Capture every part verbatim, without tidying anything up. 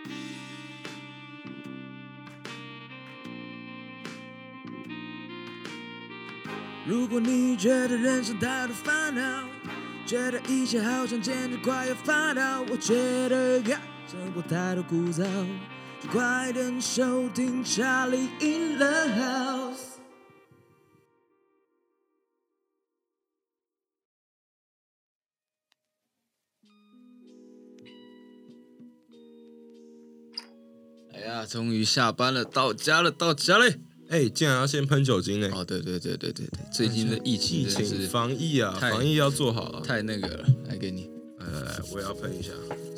如果你觉得人生太多烦恼，觉得一切好像简直快要发抖，我觉得呀，生活太多枯燥，就快点收听 Charlie in the House。哎呀，终于下班了，到家了，到家嘞！ 哎、欸，竟然要先喷酒精呢？ 哦，对对对对对对，最近的疫情疫情防疫啊，防疫要做好啊， 太那个了。来给你， 来来来，我也要喷一下。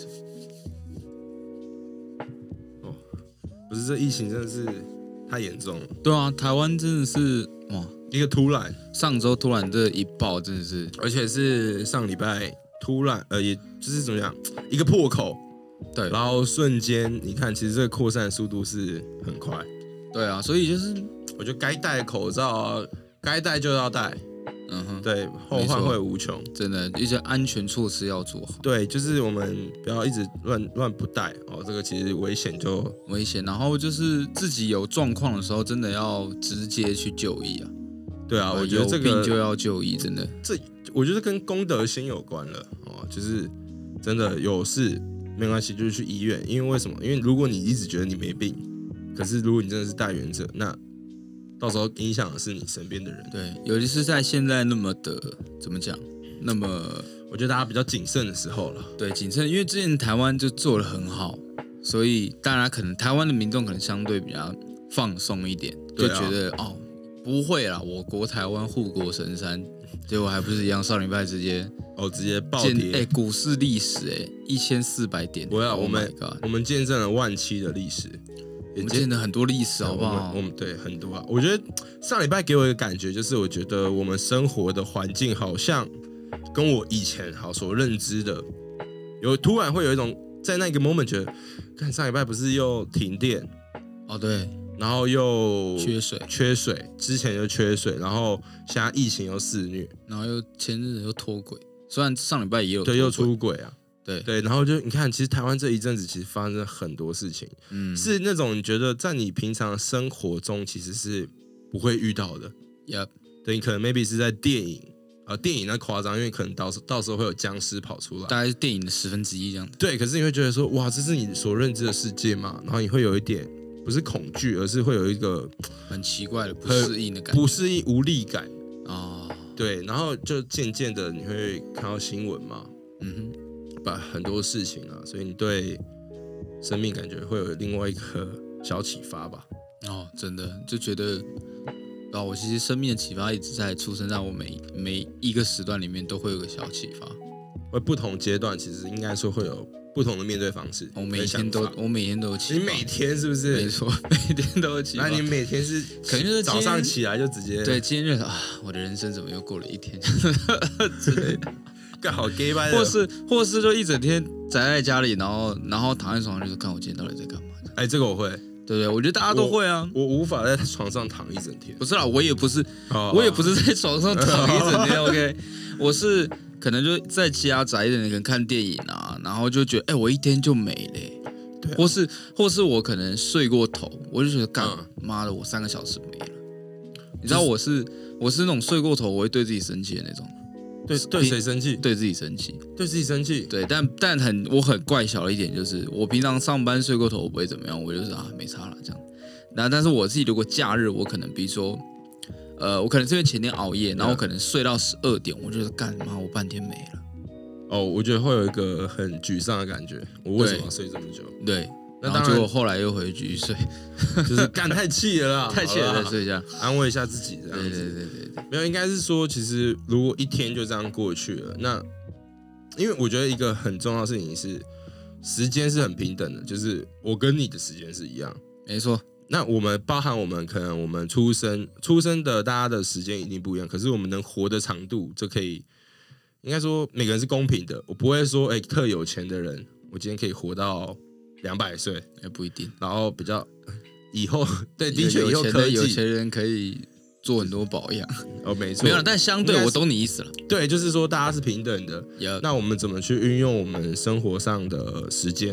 哦，不是，这疫情真的是太严重了。 对啊，台湾真的是哇， 一个突然， 上周突然这一爆，真的是， 而且是上礼拜突然，呃，也就是怎么讲，一个破口， 对， 然后瞬间，你看，其实这个扩散速度是很快。 对啊，所以就是我觉得该戴口罩啊，该戴就要戴， 嗯哼， 对，后患会无穷， 真的，一些安全措施要做好。 对，就是我们不要一直乱乱不戴哦，这个其实危险就危险。然后就是自己有状况的时候，真的要直接去就医啊。 对啊，我觉得这个有病就要就医，真的。 这我觉得跟公德心有关了哦，就是真的有事没关系，就是去医院，因为为什么？因为如果你一直觉得你没病。可是，如果你真的是带原者，那到时候影响的是你身边的人。 对，尤其是在现在那么的怎么讲，那么我觉得大家比较谨慎的时候了。 对，谨慎，因为之前台湾就做得很好，所以大家可能台湾的民众可能相对比较放松一点，就觉得、啊、哦不会啦，我国台湾护国神山，结果还不是一样，上礼拜直接哦直接暴跌， 哎，股市历史哎一千四百点， 不要、 oh、 我们我们见证了万期的历史。 我们见了很多历史，好不好？ 我们, 我们对很多啊。我觉得上礼拜给我一个感觉，就是我觉得我们生活的环境好像跟我以前好所认知的，有突然会有一种在那个 moment 觉得，看上礼拜不是又停电哦，对， 然后又缺水， 缺水，之前又缺水，然后现在疫情又肆虐， 然后又前日又脱轨，虽然上礼拜也有对又出轨啊。 对对，然后就你看，其实台湾这一阵子其实发生了很多事情，嗯，是那种你觉得在你平常生活中其实是不会遇到的。 Yep， 对，你可能 maybe 是在电影，呃，电影那夸张，因为可能到时到时候会有僵尸跑出来， 大概是电影的十分之一这样子。 对，可是你会觉得说，哇，这是你所认知的世界嘛？然后你会有一点不是恐惧，而是会有一个很奇怪的不适应的感觉， 不适应、无力感啊、哦。 对，然后就渐渐的你会看到新闻嘛，嗯哼。把很多事情啊，所以你对生命感觉会有另外一个小启发吧？ 哦，真的就觉得啊，我其实生命的启发一直在出生在我每每一个时段里面都会有个小启发。 而不同阶段其实应该说会有不同的面对方式。 我每天都我每天都有启发。 你每天是不是？ 没错，每天都有启发。 那你每天是可能就是早上起来就直接对，今天就啊，我的人生怎么又过了一天之类的。 更好 gay 掰的， 或是或是就一整天宅在家里，然后然后躺在床上就是看我今天到底在干嘛。 哎、欸，这个我会， 对不对？我觉得大家都会啊。 我, 我无法在床上躺一整天。 不是啦，我也不是， 哦、 我也不是在床上躺一整天。OK， 我是可能就在家宅一点，可能看电影啊，然后就觉得哎、欸，我一天就没了、欸。 对、啊， 或是或是我可能睡过头，我就觉得干妈、嗯、的，我三个小时没了。你知道我是我是那种睡过头我会对自己生气的那种。 对对谁生气？ 对自己生气， 对自己生气。 对，但但很我很怪小的一点就是，我平常上班睡过头我不会怎么样，我就是啊没差了这样。那但是我自己如果假日我可能比如说，呃，我可能这边前天熬夜，然后我可能睡到十二点，我就是干妈我半天没了。 哦，我觉得会有一个很沮丧的感觉，我为什么要睡这么久？ 对。那当然，结果后来又回去继续睡， 就是干太气了啦， 太气了再睡一下， 安慰一下自己这样子。 对对对对对， 没有，应该是说，其实如果一天就这样过去了，那因为我觉得一个很重要的事情是，时间是很平等的，就是我跟你的时间是一样， 没错。 那我们包含我们可能我们出生出生的大家的时间一定不一样，可是我们能活的长度，这可以应该说每个人是公平的。我不会说，哎、欸，特有钱的人，我今天可以活到两百岁， 也不一定。 然后比较以后，对，的确以后科技有钱人可以做很多保养。 哦，没错， 没有了，但相对我懂你意思了。 对，就是说大家是平等的。 Yep. 那我们怎么去运用我们生活上的时间？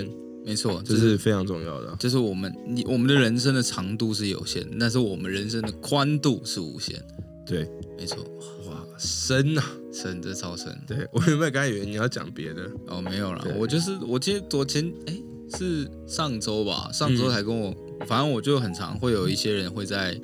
没错， 这是非常重要的、啊。 就是我们你我们的人生的长度是有限，但是我们人生的宽度是无限。 对， 没错。 哇，深啊， 深，这超深。 对我原本刚才以为你要讲别的， 哦，没有啦，我就是我今天昨天哎是上周吧，上周才跟我，嗯、反正我就很常会有一些人会在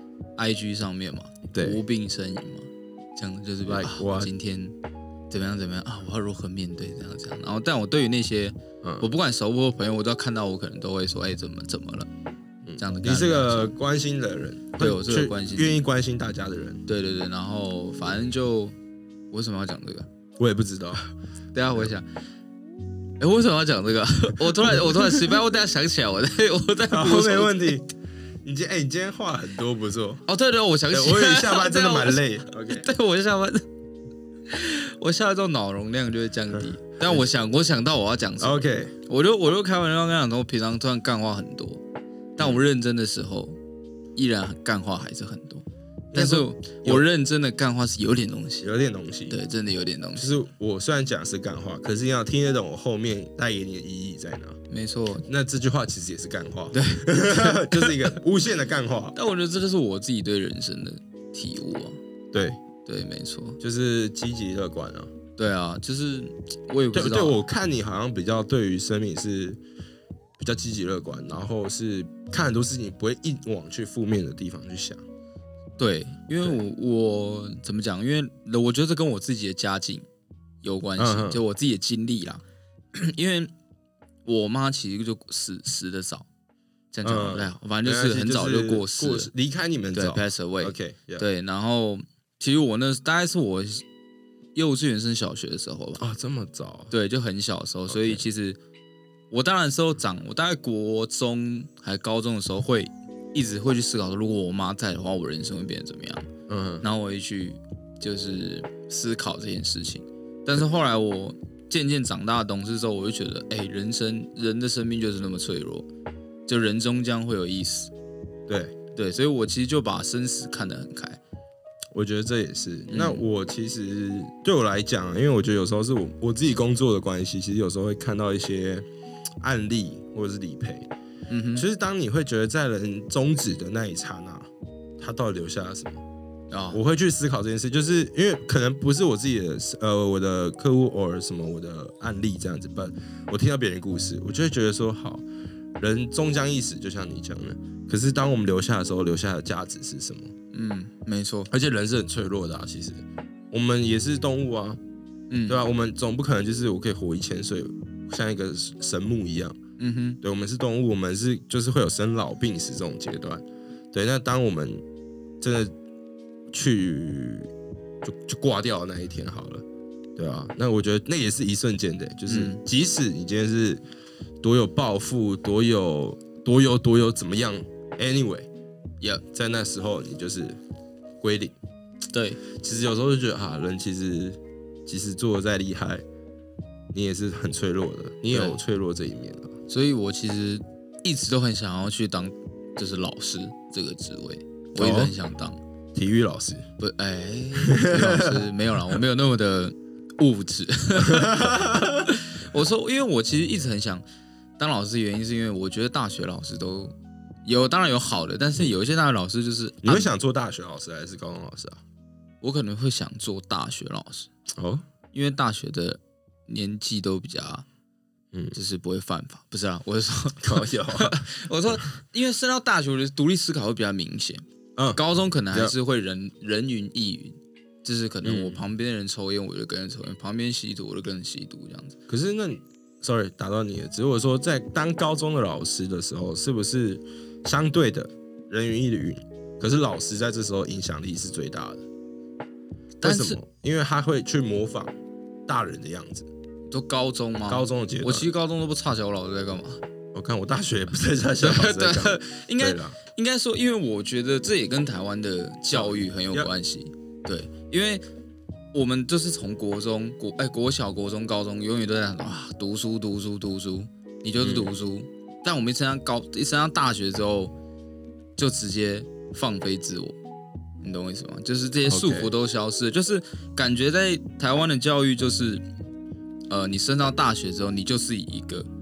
I G 上面嘛， 对， 无病呻吟嘛，这样就是比如、like 啊、今天怎么样怎么样啊，我要如何面对这样这样。然后，但我对于那些、嗯、我不管熟不熟朋友，我都要看到我可能都会说，哎，怎么怎么了？这样的。 你是个关心的人， 对我是个关心， 愿意关心大家的人。 对对对，然后反正就我为什么要讲这个？ 我也不知道。 等一下我想。哎，为什么要讲这个？我突然，我突然失败，我等一下想起来，我在，我在补充。 没问题。你今哎，你今天话很多，不错。 哦，对对，我想起来， 我以为下班真的蛮累。OK， 对我下班，我下班之后脑容量就会降低。但我想，我想到我要讲什么 ，OK， 我就我就开玩笑跟他讲说，我平常突然干话很多，但我认真的时候，依然干话还是很多。但是我认真的干话是有点东西， 有点东西， 对，真的有点东西。 就是我虽然讲是干话，可是你要听得懂我后面带给你的意义在哪。 没错， 那这句话其实也是干话， 对， 就是一个无限的干话。 但我觉得这就是我自己对人生的体悟啊。 对对，没错， 就是积极乐观啊。 对啊，就是我也不知道。 对，对我看你好像比较对于生命是比较积极乐观，然后是看很多事情不会一往去负面的地方去想。 对，因为我我怎么讲？因为我觉得这跟我自己的家境有关系，嗯、就我自己的经历啦。因为我妈其实就死死的早，这样讲不太好，反正就是很早就过世了， 离开你们早， 对 ，pass away。OK， 对，然后其实我那大概是我幼稚园升小学的时候吧。 啊，这么早？ 对，就很小的时候，所以其实我当然时候长，我大概国中还高中的时候会。一直会去思考说，如果我妈在的话，我人生会变得怎么样？嗯，然后我会去就是思考这件事情。但是后来我渐渐长大懂事之后，我就觉得，哎、欸，人生人的生命就是那么脆弱，就人终将会有一死。 对对，所以我其实就把生死看得很开。 我觉得这也是。嗯、那我其实对我来讲，因为我觉得有时候是我我自己工作的关系，其实有时候会看到一些案例或者是理赔。嗯哼，就是当你会觉得在人终止的那一刹那，他到底留下了什么？哦、我会去思考这件事，就是因为可能不是我自己的呃我的客户或什么我的案例这样子，但我听到别人故事，我就会觉得说，好，人终将一死，就像你讲的。可是当我们留下的时候，留下的价值是什么？ 嗯，没错。 而且人是很脆弱的啊，其实我们也是动物啊，嗯，对吧、啊？我们总不可能就是我可以活一千岁，像一个神木一样。嗯哼，对，我们是动物，我们是就是会有生老病死这种阶段。对，那当我们真的去就就挂掉的那一天好了，对啊，那我觉得那也是一瞬间的，就是即使你今天是多有抱负，多有多有多有怎么样 ，anyway，yeah， 在那时候你就是归零。 对， 其实有时候就觉得啊，人其实即使做的再厉害，你也是很脆弱的，你也有脆弱这一面的。 所以我其实一直都很想要去当就是老师这个职位，我一直很想当、哦、 体育老师。 不，哎，体育老师没有啦，我没有那么的物质。我说，因为我其实一直很想当老师的原因，是因为我觉得大学老师都有，当然有好的，但是有一些大学老师就是， 你会想做大学老师还是高中老师啊？ 我可能会想做大学老师哦，因为大学的年纪都比较。嗯，就是不会犯法，不是啊？我是说， 有啊。 我说，因为升到大学，我的独立思考会比较明显。嗯，高中可能还是会人人云亦云，就是可能我旁边的人抽烟，我就跟着抽烟；旁边吸毒，我就跟着吸毒，这样子。 可是那 ，sorry， 打断你了。只是我说，在当高中的老师的时候，是不是相对的人云亦云？可是老师在这时候影响力是最大的。为什么？因为他会去模仿大人的样子。 都高中吗？ 高中的阶段， 我其实高中都不差小，我老师在干嘛？ 我看我大学也不在差小，老师在干嘛？ 应该应该说，因为我觉得这也跟台湾的教育很有关系。对，因为我们就是从国中、国哎国小、国中、高中，永远都在讲啊，读书、读书、读书，你就是读书。嗯、但我们一升上高，一升上大学之后，就直接放飞自我。你懂我意思吗？就是这些束缚都消失了， okay. 就是感觉在台湾的教育就是。呃，你升到大学之后，你就是以一个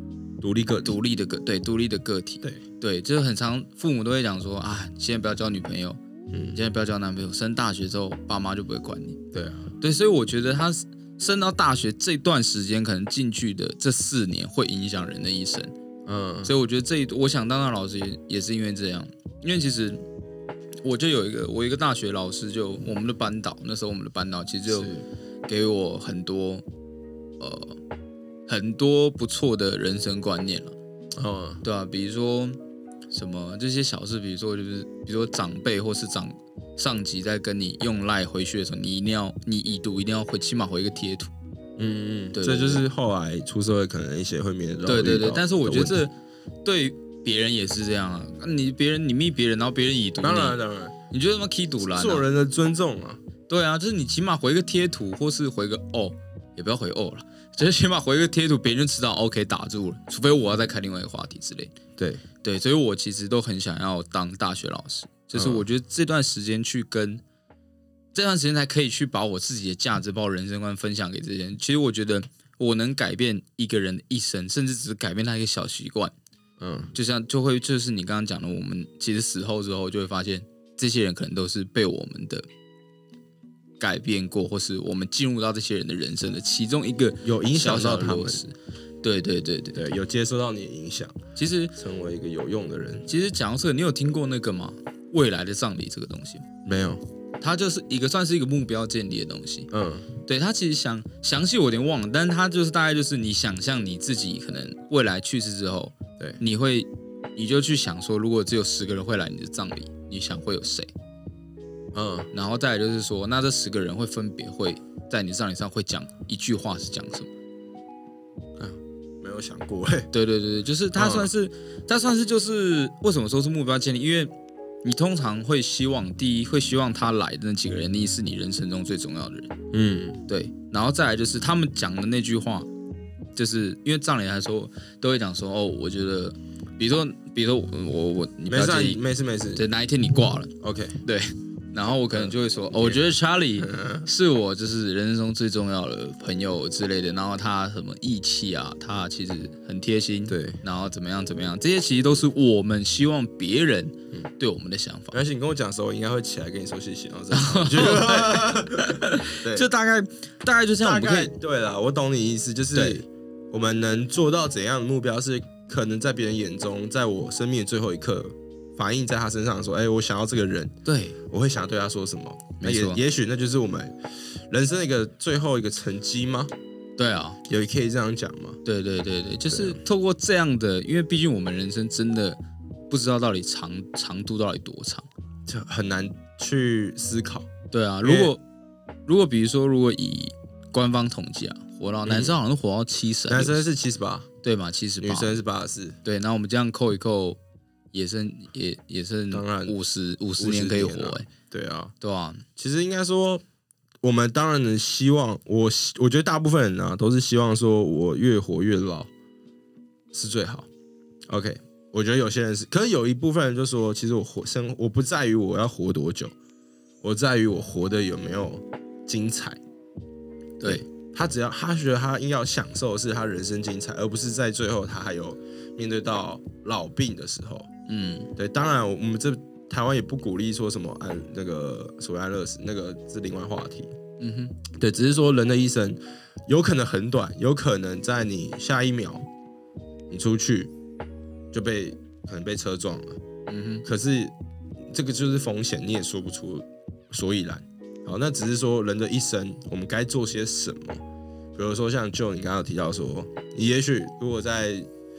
独立个体独立的个对独立的个体， 对对，就是很常父母都会讲说啊，你现在不要交女朋友， 嗯， 你现在不要交男朋友，升大学之后爸妈就不会管你。 对啊， 对，所以我觉得他升到大学这段时间，可能进去的这四年会影响人的一生。 嗯， 所以我觉得这一，我想当那老师也也是因为这样，因为其实我就有一个，我有一个大学老师就，我们的班导，那时候我们的班导其实就给我很多呃很多不错的人生观念了， 嗯， 对啊，比如说什么这些小事，比如说就是比如说长辈或是长上级在跟你用赖回去的时候，你一定要你已读一定要回，起码回一个贴图。 嗯嗯， 对， 这就是后来出社会可能一些会面对到。 对对对，但是我觉得这对别人也是这样啊，你别人你密别人，然后别人已读你， 当然当然， 你觉得他妈 key 堵拦？ 做人的尊重啊， 对啊，就是你起码回个贴图，或是回个哦，也不要回哦了，就是起码回个贴图，别人就知道 OK 打住了，除非我要再开另外一个话题之类的。 对对，所以我其实都很想要当大学老师，就是我觉得这段时间去跟。这段时间才可以去把我自己的价值、把我人生观分享给这些人。其实我觉得我能改变一个人的一生，甚至只是改变他一个小习惯。嗯，就像就会就是你刚刚讲的，我们其实死后之后就会发现，这些人可能都是被我们的改变过，或是我们进入到这些人的人生的其中一个有影响到他们。 对对对对对，有接受到你的影响， 其实成为一个有用的人。 其实讲到这个，你有听过那个吗？未来的葬礼这个东西没有？ 它就是一个算是一个目标建立的东西。嗯，对，它其实详详细我有点忘了，但是它就是大概就是你想象你自己可能未来去世之后，对，你会你就去想说，如果只有十个人会来你的葬礼，你想会有谁？嗯，然后再来就是说，那这十个人会分别会在你葬礼上会讲一句话是讲什么？ 嗯，没有想过哎、欸。 对对对，就是它算是、嗯、它算是就是为什么说是目标建立？因为你通常会希望，第一会希望他来的那几个人，你是你人生中最重要的人，嗯，对。然后再来就是他们讲的那句话，就是因为葬礼来说都会讲说，哦，我觉得，比如说，比如说我我我，你不要介意， 没事没事， 对，哪一天你挂了 ，OK， 对。然后我可能就会说，哦、我觉得 Charlie 是我就是人生中最重要的朋友之类的。然后他什么义气啊，他其实很贴心，对。然后怎么样怎么样，这些其实都是我们希望别人对我们的想法。 而且你跟我讲的时候，我应该会起来跟你说谢谢。然后这样对，就大概大概就这样。 大概对了，我懂你意思，就是我们能做到怎样的目标，是可能在别人眼中，在我生命的最后一刻。反映在他身上说，哎、欸，我想要这个人， 对， 我会想要对他说什么？ 没错， 也也许那就是我们人生的一个最后一个成绩吗？ 对啊， 也可以这样讲吗？ 对对对对，就是透过这样的，因为毕竟我们人生真的不知道到底长长度到底多长， 就很难去思考。 对啊，如果如果比如说，如果以官方统计啊，活到、嗯、男生好像是活到七十， 男生是七十八， 对嘛？七十八， 女生是八十四。 对，那我们这样扣一扣。也剩也也剩当然五十五十年可以活哎、欸， 对啊， 对啊。 其实应该说，我们当然能希望我，我觉得大部分人啊都是希望说我越活越老是最好。OK， 我觉得有些人是，可是有一部分人就说，其实我活生我不在于我要活多久，我在于我活得有没有精彩。对，对他只要他觉得他应该要享受的是他人生精彩，而不是在最后他还有面对到老病的时候。嗯，对，当然我们这台湾也不鼓励说什么安那个所谓安乐死，那个是另外话题。嗯哼，对，只是说人的一生有可能很短，有可能在你下一秒你出去就被可能被车撞了。嗯哼，可是这个就是风险，你也说不出所以然。好，那只是说人的一生我们该做些什么，比如说像就你刚刚有提到说，你也许如果在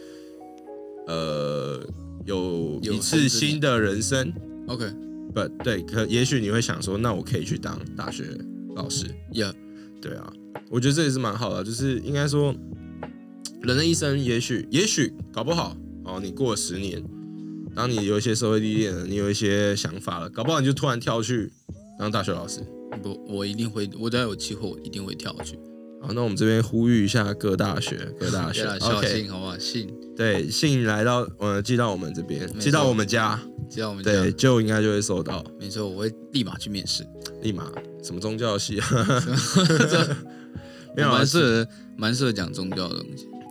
呃。有一次新的人生 ，OK， 不对，可也许你会想说，那我可以去当大学老师 ，Yeah， 对啊，我觉得这也是蛮好的，就是应该说，人的一生也许也许搞不好哦，你过了十年，当你有一些社会历练了，你有一些想法了，搞不好你就突然跳去当大学老师。 不，我一定会，我只要有机会，我一定会跳去。 好，那我们这边呼吁一下各大学，各大学， 校信好不好？信对，信来到呃寄到我们这边，寄到我们家， 寄到我们家， 对，就应该就会收到。 没错，我会立马去面试。 立马什么宗教系啊？ 没有，蛮适合蛮适合讲宗教的东西。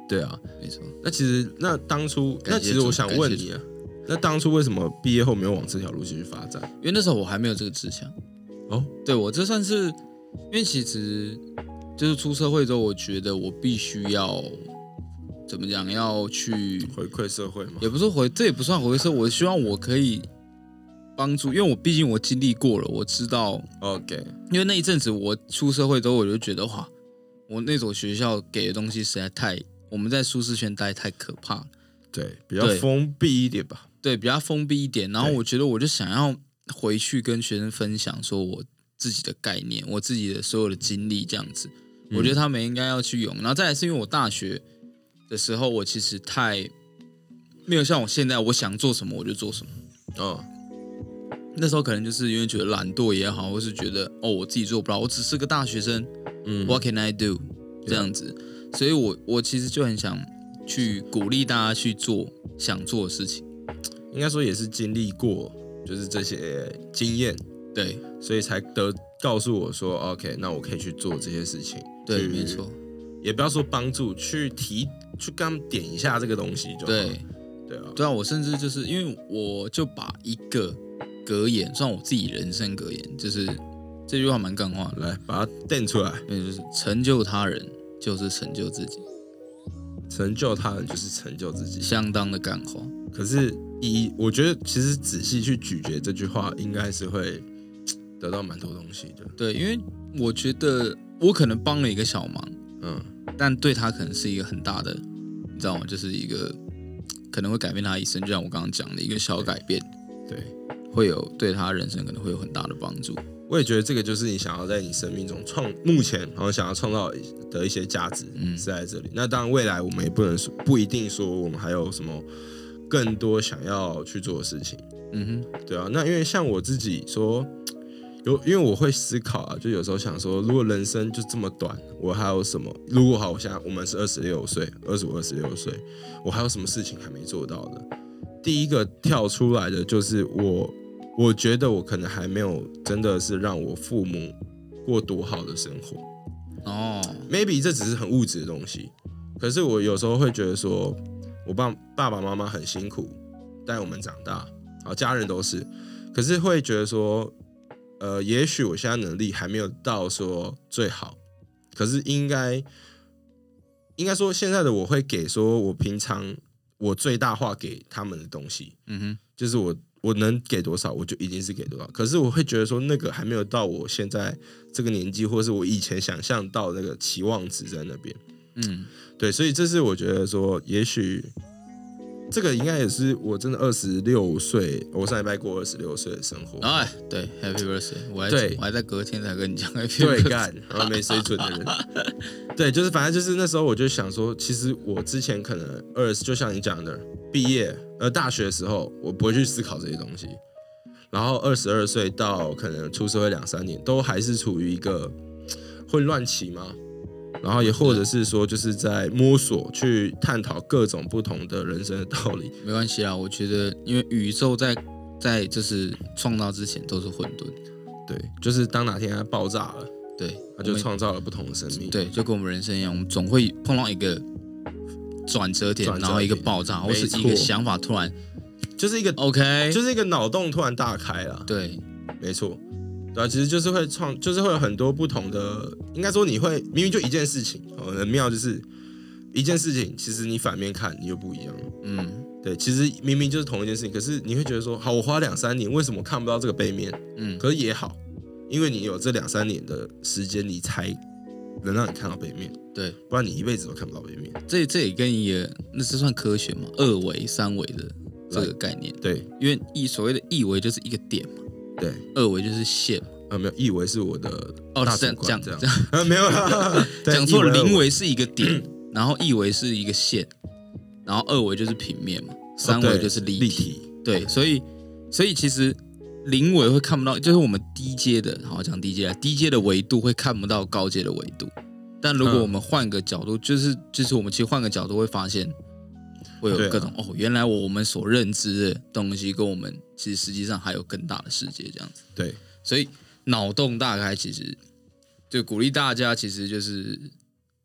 对啊， 没错。 那其实那当初，那其实我想问你啊，那当初为什么毕业后没有往这条路继续发展？ 因为那时候我还没有这个志向。 哦， 对我这算是，因为其实就是出社会之后，我觉得我必须要怎么讲，要去回馈社会嘛， 也不是回，这也不算回馈社会，我希望我可以帮助，因为我毕竟我经历过了，我知道。 OK， 因为那一阵子我出社会之后，我就觉得哇，我那所学校给的东西实在太，我们在舒适圈待太可怕了。 对，比较封闭一点吧。 对，比较封闭一点。然后我觉得我就想要回去跟学生分享，说我自己的概念，我自己的所有的经历这样子。嗯、我觉得他们应该要去用。然后再来是因为我大学的时候，我其实太没有像我现在，我想做什么我就做什么。 哦， 那时候可能就是因为觉得懒惰也好，或是觉得哦我自己做不到，我只是个大学生。嗯 ，What can I do？ 这样子，所以我我其实就很想去鼓励大家去做想做的事情。 应该说也是经历过，就是这些经验， 对， 所以才得告诉我说 ，OK， 那我可以去做这些事情。 对，没错。 也不要说帮助，去提，去跟他们点一下这个东西就好。对，对啊， 对啊，我甚至就是因为我就把一个格言，算我自己人生格言，就是这句话蛮干话的， 来把它垫出来。 就是成就他人就是成就自己， 成就他人就是成就自己， 相当的干话。 可是以我觉得其实仔细去咀嚼这句话，应该是会得到蛮多东西的。 对，因为我觉得我可能帮了一个小忙，嗯，但对他可能是一个很大的，你知道吗？就是一个可能会改变他一生，就像我刚刚讲的一个小改变， 对， 会有对他人生可能会有很大的帮助。 我也觉得这个就是你想要在你生命中创，目前好像想要创造的一些价值是在这里。嗯、那当然，未来我们也不能说不一定说我们还有什么更多想要去做的事情。嗯哼，对啊。那因为像我自己说，有因为我会思考啊，就有时候想说，如果人生就这么短，我还有什么？如果好，我现在我们是二十六岁、二十五、二十六岁，我还有什么事情还没做到的？第一个跳出来的就是我。我觉得我可能还没有真的是让我父母过多好的生活哦、oh. ，maybe 这只是很物质的东西，可是我有时候会觉得说，我爸爸爸妈妈很辛苦带我们长大，好家人都是，可是会觉得说，呃，也许我现在能力还没有到说最好，可是应该应该说现在的我会给说我平常我最大化给他们的东西，嗯哼，就是我。我能给多少，我就一定是给多少。可是我会觉得说，那个还没有到我现在这个年纪，或是我以前想象到那个期望值在那边。嗯，对，所以这是我觉得说，也许这个应该也是我真的二十六岁，我上礼拜过二十六岁的生活。 哎，对 ，Happy Birthday！ 我还对， 我还在隔天才跟你讲 Happy Birthday。对，干，然后没水准的人。对，就是反正就是那时候我就想说，其实我之前可能二十，就像你讲的，毕业呃大学的时候，我不会去思考这些东西。然后二十二岁到可能出社会两三年，都还是处于一个混乱期嘛。然后也或者是说，就是在摸索去探讨各种不同的人生的道理。 没关系啊，我觉得因为宇宙在在就是创造之前都是混沌， 对，就是当哪天它爆炸了。 对， 他就创造了不同的生命。 对，就跟我们人生一样，我们总会碰到一个转折点，然后一个爆炸，或是一个想法突然， 就是一个 OK， 就是一个脑洞突然大开了。 对， 没错，对啊，其实就是会创，就是会有很多不同的，应该说你会明明就一件事情，哦，很妙，就是一件事情，其实你反面看你又不一样。嗯，对，其实明明就是同一件事情，可是你会觉得说，好，我花两三年，为什么看不到这个背面？嗯，可是也好。因为你有这两三年的时间，你才能让你看到背面， 对， 不然你一辈子都看不到背面。 这这也跟一个那是算科学嘛，二维、三维的这个概念， 对， 因为一所谓的一维就是一个点嘛， 对， 二维就是线嘛， 啊没有，一维是我的哦， 大这样这样这样啊没有啦， 讲错了，零维是一个点，然后一维是一个线，然后二维就是平面嘛，三维就是立体， 立体对，所以所以其实。零维会看不到，就是我们低阶的，好讲低阶，低阶的维度会看不到高阶的维度。但如果我们换个角度，就是就是我们其实换个角度会发现，会有各种、啊、哦，原来我们所认知的东西跟我们其实实际上还有更大的世界这样子。 对， 所以脑洞大开，其实就鼓励大家，其实就是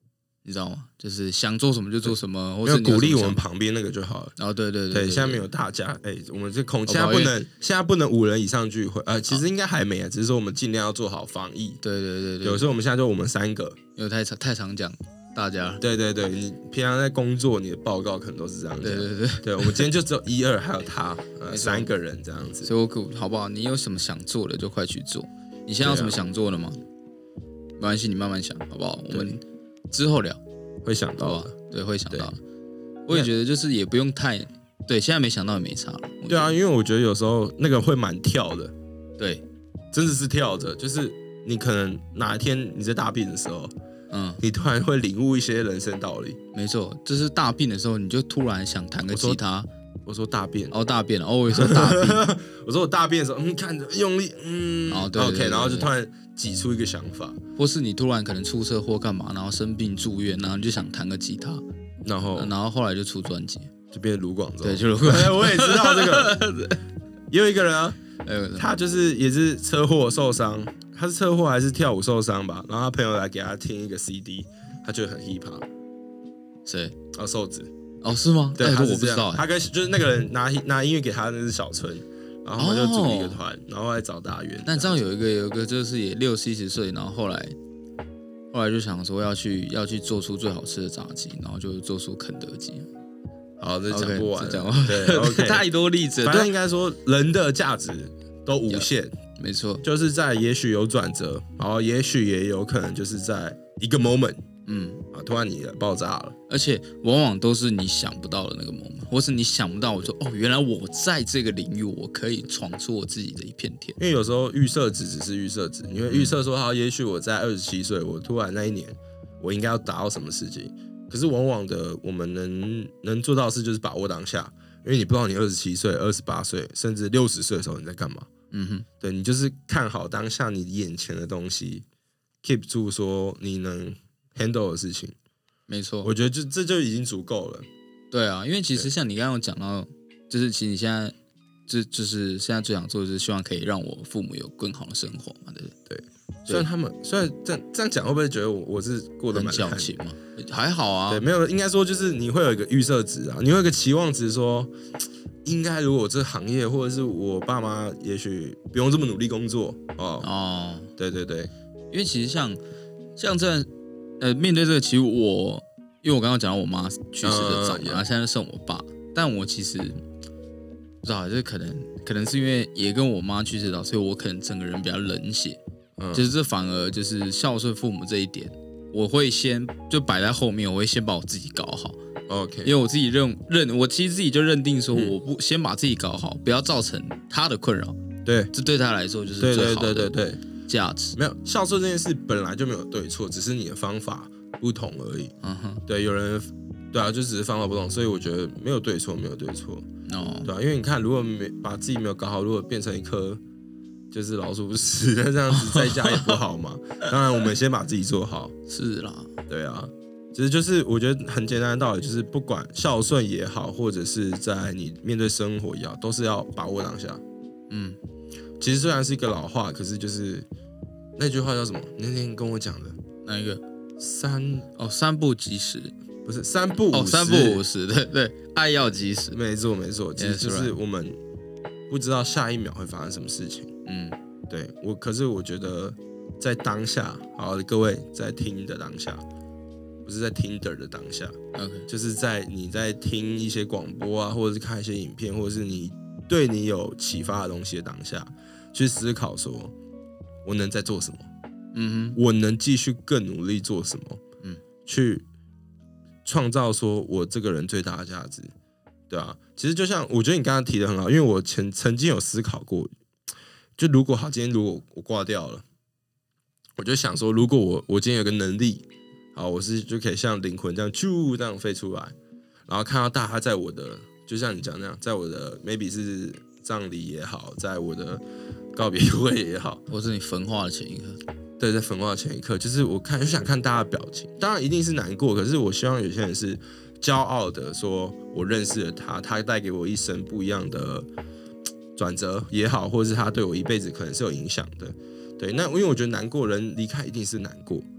你知道吗？就是想做什么就做什么，或没有是你有鼓励我们什么想法旁边那个就好了。 哦，对对对对， 对， 现在没有大家，哎、我们这恐哦现在不能， 不好意现在不能五人以上聚会，呃，其实应该还没啊，只是说我们尽量要做好防疫。 对对对对， 有时候我们现在就我们三个， 因为太常太常讲大家， 对对对，你平常在工作，你的报告可能都是这样讲。 对对对， 对，我们今天就只有一二，还有他，呃， 没错三个人这样子。 所以我鼓好不好？你有什么想做的就快去做。你现在有什么想做的吗？没关系，你慢慢想，好不好？我们之后聊， 会想好不好到的。？ 对，会想到。我也觉得就是也不用太对，现在没想到也没差了。 对啊，因为我觉得有时候那个会蛮跳的， 对， 真的是跳着，就是你可能哪一天你在大病的时候， 嗯， 你突然会领悟一些人生道理。 没错，就是大病的时候，你就突然想弹个吉他。 我说大便， 哦，大便了，哦，我也说大病， 我说我大便的时候，嗯，看着用力，嗯， 哦对对对 OK， 对对然后就突然挤出一个想法， 或是你突然可能出车祸干嘛，然后生病住院，然后你就想弹个吉他， 然后然后后来就出专辑， 就变成卢广仲。 对，就如果哎我也知道这个。也有一个人啊， 呃他就是也是车祸受伤，他是车祸还是跳舞受伤吧？然后他朋友来给他听一个 C D， 他觉得很 hip hop。 谁？ 哦，瘦子。 哦，是吗？ 对， 哎他是这样我不知道，哎他跟就是那个人拿拿音乐给他的那是小春，然后他们就组一个团，然后来找大元。 那这样有一个有一个就是也六七十岁，然后后来后来就想说要去要去做出最好吃的炸鸡，然后就做出肯德基。 好，这讲不完了， 讲完对，OK， 太多例子了， 反正应该说人的价值都无限， 没错， 就是在也许有转折，然后也许也有可能就是在一个 moment， 嗯， 啊，突然你爆炸了， 而且往往都是你想不到的那个 moment，或是你想不到，我说哦，原来我在这个领域，我可以闯出我自己的一片天。 因为有时候预设值只是预设值，你会预设说，好，也许我在二十七岁，我突然那一年我应该要达到什么事情，可是往往的我们能能做到的事就是把握当下，因为你不知道你二十七岁、二十八岁，甚至六十岁的时候你在干嘛。 嗯哼， 对，你就是看好当下你眼前的东西 ，keep 住说你能 handle 的事情。 没错， 我觉得就这就已经足够了。 对啊，因为其实像你刚刚有讲到，就是其实你现在就就是现在最想做的就是希望可以让我父母有更好的生活嘛，对不对？ 对，虽然他们虽然这样这样讲会不会觉得我我是过得很蛮惨矫情嘛，还好啊。 对，没有，应该说就是你会有一个预设值啊，你会有一个期望值说，应该如果这行业或者是我爸妈，也许不用这么努力工作哦。 哦， 对对对， 因为其实像像这样呃，面对这个，其实我因为我刚刚讲到我妈去世的早嘛， 嗯然后现在剩我爸，但我其实不知道，就是可能可能是因为也跟我妈去世早，所以我可能整个人比较冷血， 嗯， 就是这反而就是孝顺父母这一点，我会先就摆在后面，我会先把我自己搞好， OK， 因为我自己认认，我其实自己就认定说，我不先把自己搞好，不要造成他的困扰， 对这对他来说就是对对最好的对对对， 价值。 没有孝顺这件事本来就没有对错，只是你的方法不同而已。 嗯哼， 对，有人对啊，就只是方法不同，所以我觉得没有对错，没有对错。 哦， 对啊，因为你看，如果没把自己没有搞好，如果变成一颗就是老鼠屎，那这样子在家也不好嘛。当然，我们先把自己做好。 是啦， 对啊，其实就是我觉得很简单的道理，就是不管孝顺也好，或者是在你面对生活也好，都是要把握当下。 嗯， 其实虽然是一个老话，可是就是那句话叫什么？你那天跟我讲的哪一个？ 三哦，三不及时。 不是三不五哦， 时三不五时，对对，爱要及时。 没错没错，其实就是我们不知道下一秒会发生什么事情。 嗯， 对我，可是我觉得在当下，好，各位在听的当下，不是在听的的当下 ，OK， 就是在你在听一些广播啊，或者是看一些影片，或者是你对你有启发的东西的当下，去思考说，我能在做什么？ 嗯哼， 我能继续更努力做什么？ 嗯， 去创造说我这个人最大的价值，对啊，其实就像我觉得你刚刚提的很好，因为我曾曾经有思考过，就如果好，今天如果我挂掉了，我就想说，如果我我今天有个能力，好，我是就可以像灵魂这样啾这样飞出来，然后看到大家在我的，就像你讲那样，在我的 maybe 是葬礼也好，在我的告别会也好， 或是你焚化的前一刻， 对，在焚化前一刻，就是我看就想看大家的表情，当然一定是难过，可是我希望有些人是骄傲的，说我认识了他，他带给我一生不一样的转折也好，或是他对我一辈子可能是有影响的。对，那因为我觉得难过，人离开一定是难过，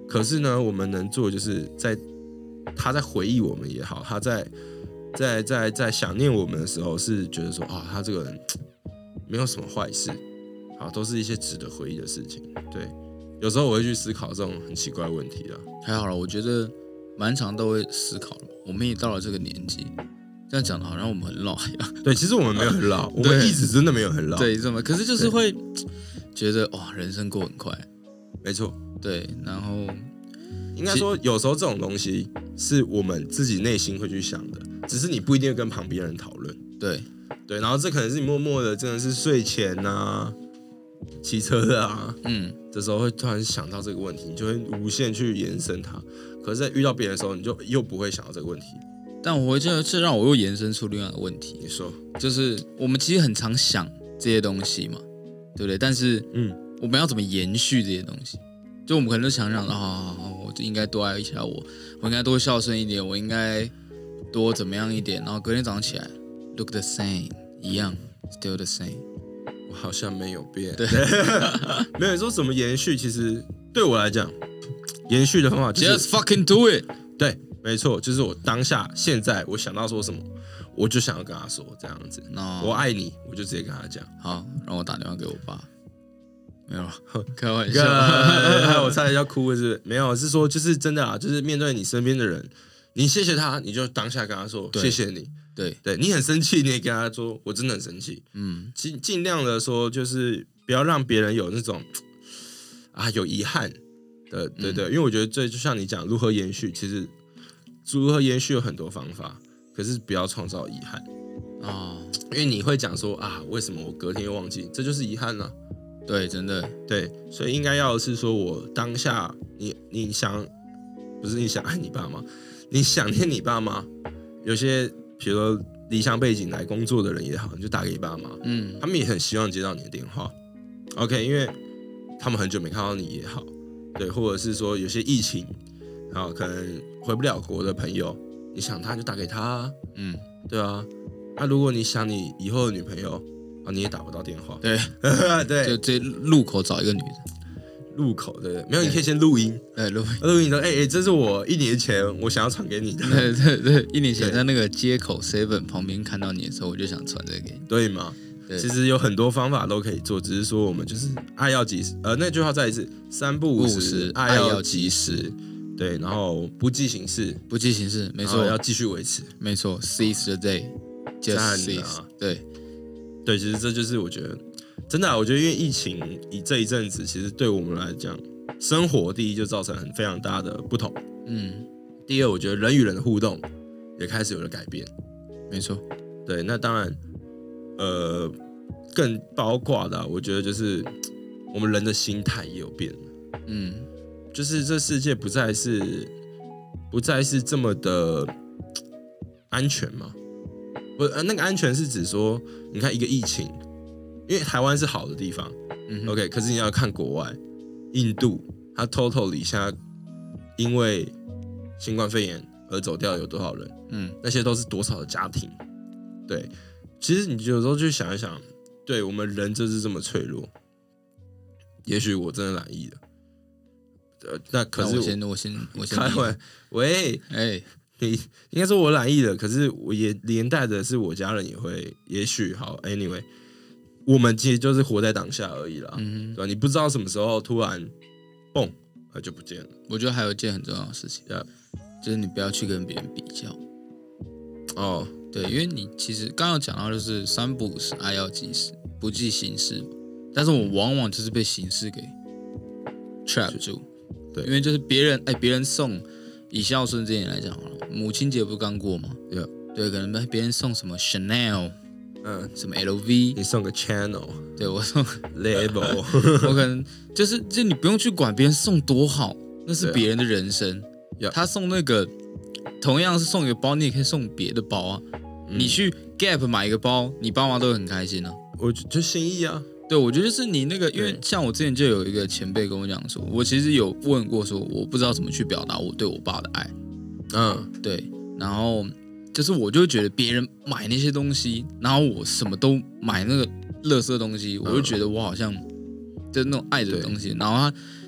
可是呢，我们能做的就是在他在回忆我们也好，他在在在在想念我们的时候，是觉得说啊，他这个人没有什么坏事，啊，都是一些值得回忆的事情。对，有时候我会去思考这种很奇怪的问题啦。 还好了，我觉得蛮常都会思考的。我们也到了这个年纪，这样讲的好像我们很老一样。 对，其实我们没有很老，我们一直真的没有很老。 对，这么可是就是会觉得哇，人生过很快。 没错， 对，然后应该说有时候这种东西是我们自己内心会去想的，只是你不一定会跟旁边人讨论。 对对，然后这可能是你默默的，真的是睡前啊、骑车的啊，嗯，这时候会突然想到这个问题，你就会无限去延伸它。可是，在遇到别人的时候，你就又不会想到这个问题。 但我觉得这让我又延伸出另外一个问题。 你说， 就是我们其实很常想这些东西嘛，对不对？但是，嗯，我们要怎么延续这些东西？就我们可能都想想啊，我就应该多爱一下我，我应该多孝顺一点，我应该多怎么样一点，然后隔天早上起来 ，look the same， 一样 ，still the same。 我好像没有变。 对， 没有说什么延续，其实对我来讲，延续的方法就是 just fucking do it。 对，没错，就是我当下现在我想到说什么，我就想要跟他说这样子。No. 我爱你，我就直接跟他讲。 好，让我打电话给我爸。没有，开玩笑。 我差点要哭了是不是？没有，是说就是真的啊，就是面对你身边的人，你谢谢他，你就当下跟他说谢谢你。 对对，你很生气，你也跟他说我真的很生气。嗯，尽尽量的说，就是不要让别人有那种啊有遗憾的，对对，嗯、因为我觉得这就像你讲，如何延续，其实如何延续有很多方法，可是不要创造遗憾啊、哦，因为你会讲说啊，为什么我隔天又忘记，这就是遗憾啊。 对，真的对，所以应该要的是说，我当下你你想，不是你想爱你爸妈，你想念你爸妈，有些比如说离乡背景来工作的人也好，你就打给你爸妈，嗯，他们也很希望接到你的电话 ，OK， 因为他们很久没看到你也好，对，或者是说有些疫情，然后可能回不了国的朋友，你想他就打给他、啊，嗯，对啊，那、啊、如果你想你以后的女朋友。你也打不到电话， 对对， 就直接路口找一个女的， 路口对对，没有，你可以先录音， 对录音， 录音说，哎、欸、哎，这是我一年前我想要传给你的， 对对对，一年前在那个街口 seven 旁边看到你的时候，我就想传这个给你， 对吗？其实有很多方法都可以做，只是说我们就是爱要及时，呃，那句话再一次，三不五时，爱要及时，对，然后不计形式， 不计形式，没错， 要继续维持， 没错 ，seize the day，just seize，对。 对，其实这就是我觉得真的、啊，我觉得因为疫情以这一阵子，其实对我们来讲，生活第一就造成很非常大的不同。嗯，第二，我觉得人与人的互动也开始有了改变。 没错， 对，那当然，呃，更包括的、啊，我觉得就是我们人的心态也有变了。嗯，就是这世界不再是不再是这么的安全嘛。不，那个安全是指说，你看一个疫情，因为台湾是好的地方、嗯、，OK， 可是你要看国外，印度，它 totally 现在因为新冠肺炎而走掉有多少人？嗯，那些都是多少的家庭？对，其实你有时候就想一想，对我们人就是这么脆弱。也许我真的染疫了，呃，那可是我先我先我先开会，喂，哎、欸。你应该说我染疫了，可是我也连带的是我家人也会，也许好 ，anyway， 我们其实就是活在当下而已啦，嗯、对吧？你不知道什么时候突然，蹦，它就不见了。 我觉得还有一件很重要的事情， yeah. 就是你不要去跟别人比较。哦，对，因为你其实刚刚讲到就是三不五时，爱要及时，不计形式，但是我往往就是被形式给 trap 住，对，因为就是别人哎，别人送。以孝顺这点来讲好了，母亲节不是刚过吗？ Yeah. 对，可能别人送什么 Chanel， 嗯，什么 L V， 你送个 Channel， 对我送 Label， 我可能就是就你不用去管别人送多好，那是别人的人生。Yeah. 他送那个同样是送一个包，你也可以送别的包啊。嗯、你去 Gap 买一个包，你爸妈都会很开心啊。 我就心意啊。 对，我觉得就是你那个，因为像我之前就有一个前辈跟我讲说，我其实有问过说，我不知道怎么去表达我对我爸的爱，嗯，对，然后就是我就觉得别人买那些东西，然后我什么都买那个垃圾东西，我就觉得我好像就是那种爱的东西，然后他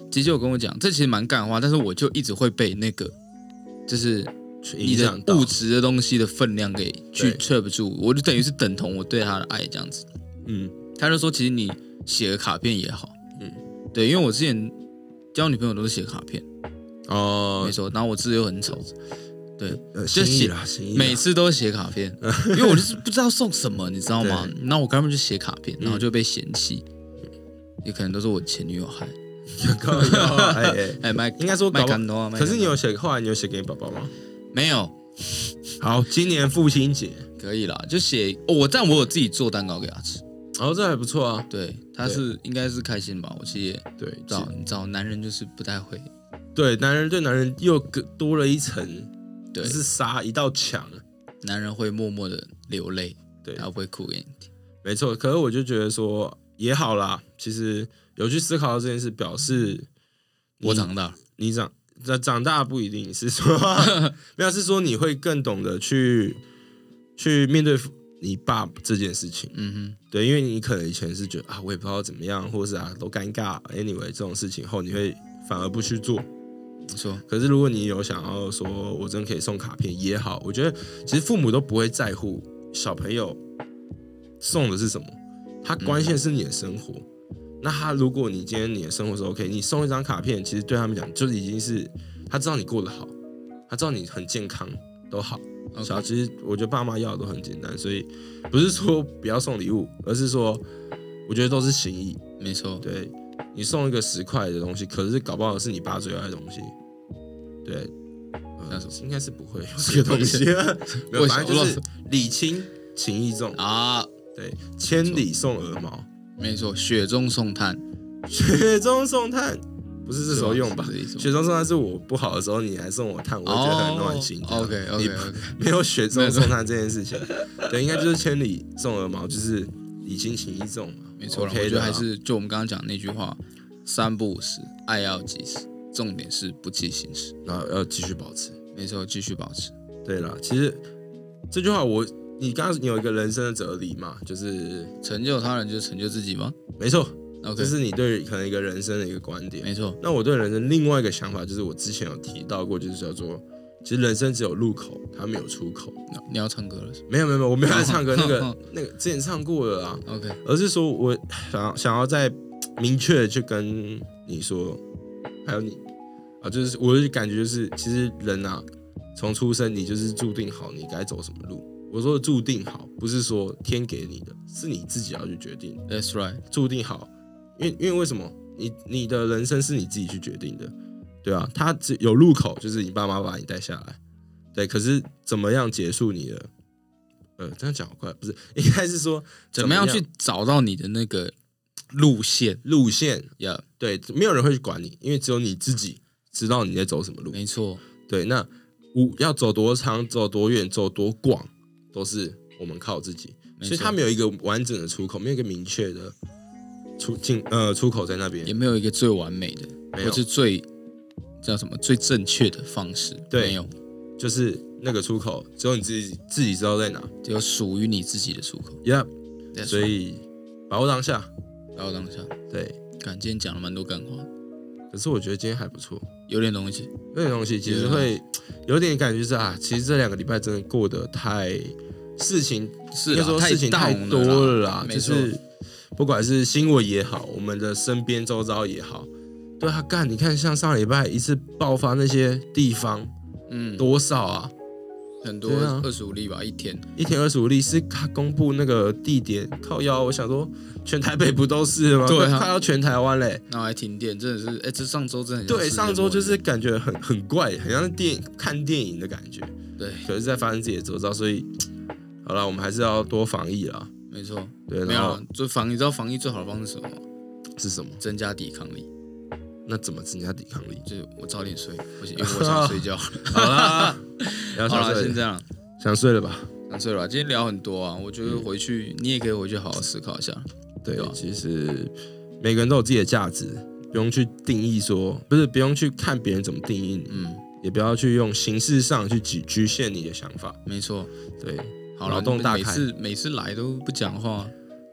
姐姐有跟我讲，这其实蛮干话，但是我就一直会被那个就是你的物质的东西的分量给去测不住，我就等于是等同我对他的爱这样子。嗯，他就说其实你写个卡片也好，嗯，对，因为我之前交女朋友都是写卡片，哦，没错，然后我字又很丑。对， 呃、就写每次都写卡片，因为我就是不知道送什么，你知道吗？然后我根本就写卡片，然后就被嫌弃，嗯、也可能都是我前女友害。 哎哎哎，应该说搞不，可是你有写，后来你有写给你爸爸吗？ 没有。 好，今年父亲节可以啦，就写、哦、我，但我有自己做蛋糕给他吃。 哦，这还不错啊。 对，他是应该是开心吧？我其实也对， 知道，你知道，男人就是不太会。 对，男人对男人又多了一层。对，是杀一道墙， 男人会默默的流泪，对，他不会哭给你听。 没错，可是我就觉得说也好啦，其实有去思考到这件事，表示我长大， 你长长大不一定是说没有，是说你会更懂得去去面对你爸这件事情。嗯哼，对，因为你可能以前是觉得啊，我也不知道怎么样，或是啊都尴尬 ，anyway 这种事情后，你会反而不去做。 没错， 可是如果你有想要说，我真可以送卡片也好，我觉得其实父母都不会在乎小朋友送的是什么，他关心的是你的生活。嗯、那他如果你今天你的生活是 OK， 你送一张卡片，其实对他们讲就已经是他知道你过得好，他知道你很健康都好。Okay. 小其实我觉得爸妈要的都很简单，所以不是说不要送礼物，而是说我觉得都是心意。 没错， 对。你送一个十块的东西，可是搞不好是你爸最爱的东西，对，呃、应该是不会有这个东西，没有，反正就是礼轻情意重啊，对，千里送鹅毛， 没错，雪中送炭， 雪中送炭不是这时候用吧？雪中送炭是我不好的时候，你来送我炭，我觉得很暖心。 Oh, OK OK OK， 没有雪中送炭这件事情，对，应该就是千里送鹅毛，就是礼轻情意重嘛。 没错， okay 我觉得还是就我们刚刚讲的那句话，三不五时，爱要及时，重点是不计形式， 然后要继续保持。 没错，继续保持。 对啦，其实这句话我，你刚刚你有一个人生的哲理嘛，就是成就他人就是成就自己吗？ 没错， okay 这是你对可能一个人生的一个观点。 没错， 那我对人生另外一个想法，就是我之前有提到过，就是叫做，其实人生只有入口，它没有出口。 你要唱歌了是吗？ 没有没有没有，我没有在唱歌，那个那个之前唱过了啊。 OK， 而是说我想要想要再明确的去跟你说，还有你啊，就是我的感觉就是，其实人啊，从出生你就是注定好你该走什么路。我说的注定好，不是说天给你的，是你自己要去决定。 That's right， 注定好，因为因为为什么？你你的人生是你自己去决定的，对啊，它只有入口，就是你爸妈把你带下来，对。可是怎么样结束你的？呃，这样讲好快，不是，应该是说怎么样去找到你的那个路线？ 路线呀， yeah. 对，没有人会去管你，因为只有你自己知道你在走什么路。 没错， 对。那要走多长、走多远、走多广，都是我们靠自己。所以它没有一个完整的出口，没有一个明确的出进呃出口在那边， 也没有一个最完美的，或是最叫什么最正确的方式。 对， 没有， 就是那个出口，只有你自己自己知道在哪， 只有属于你自己的出口。 Yeah， 所以把握当下， 把握当下。 对， 看今天讲了蛮多干话， 可是我觉得今天还不错， 有点东西， 有点东西，其实会有点感觉是啊，其实这两个礼拜真的过得太事情， 是应该说事情太多了啦，就是不管是新闻也好，我们的身边周遭也好，对啊，干，你看像上礼拜一次爆发那些地方，嗯，多少啊？ 很多二十五例吧，一天一天二十五例，是他公布那个地点靠腰，我想说全台北不都是吗？对、啊，快要全台湾嘞， 然后还停电，真的是，哎、欸，这上周真的很对，上周就是感觉很很怪，很像电看电影的感觉， 对， 可是在发生自己的周遭，所以好了，我们还是要多防疫啦。 没错， 对， 没有就防，你知道防疫最好的方式是什么吗？ 是什么？ 增加抵抗力。 那怎么增加抵抗力？ 就是我早点睡，不行，因为我想睡觉。 好啦， 好啦，先这样， 想睡了吧？ 想睡了吧。今天聊很多啊，我觉得回去、嗯、你也可以回去好好思考一下。 对，对其实每个人都有自己的价值，不用去定义说，不是不用去看别人怎么定义你，嗯，也不要去用形式上去局局限你的想法。 没错， 对， 好了， 脑洞大开， 每次每次来都不讲话。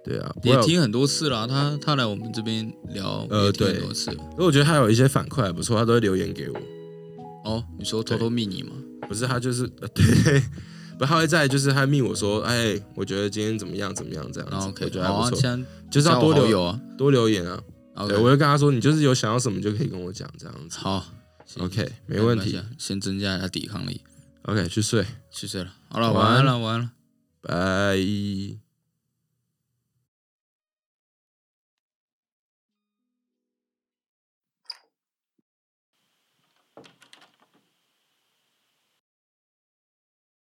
对啊， 也听很多次啦。他他来我们这边聊， 呃， 也听对， 很多次了。 所以我觉得他有一些反馈还不错，他都会留言给我。 哦，你说偷偷密你吗？ 不是，他就是呃对，不，他会在就是他密我说，哎，我觉得今天怎么样怎么样这样子， 哦 OK， 我觉得还不错， 好啊， 就是要多留有啊， 多留言啊。 Okay， 对，我会跟他说，你就是有想要什么就可以跟我讲这样子。 好 ，OK， 没问题。 先增加一下抵抗力。 OK， 去睡， 去睡了。好了，晚安了，晚安了， 拜。